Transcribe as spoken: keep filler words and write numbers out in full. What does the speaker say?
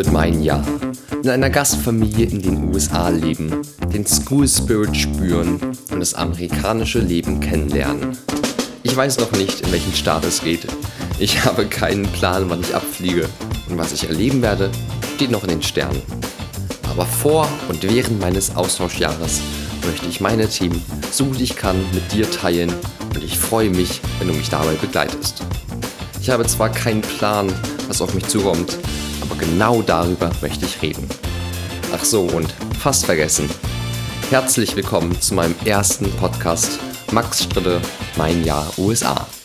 wird mein Jahr. In einer Gastfamilie in den U S A leben, den School Spirit spüren und das amerikanische Leben kennenlernen. Ich weiß noch nicht, in welchen Staat es geht. Ich habe keinen Plan, wann ich abfliege. Und was ich erleben werde, steht noch in den Sternen. Aber vor und während meines Austauschjahres möchte ich meine Themen, so gut ich kann, mit dir teilen und ich freue mich, wenn du mich dabei begleitest. Ich habe zwar keinen Plan, was auf mich zukommt, aber genau darüber möchte ich reden. Ach so, und fast vergessen. Herzlich willkommen zu meinem ersten Podcast Max Stritte, mein Jahr U S A.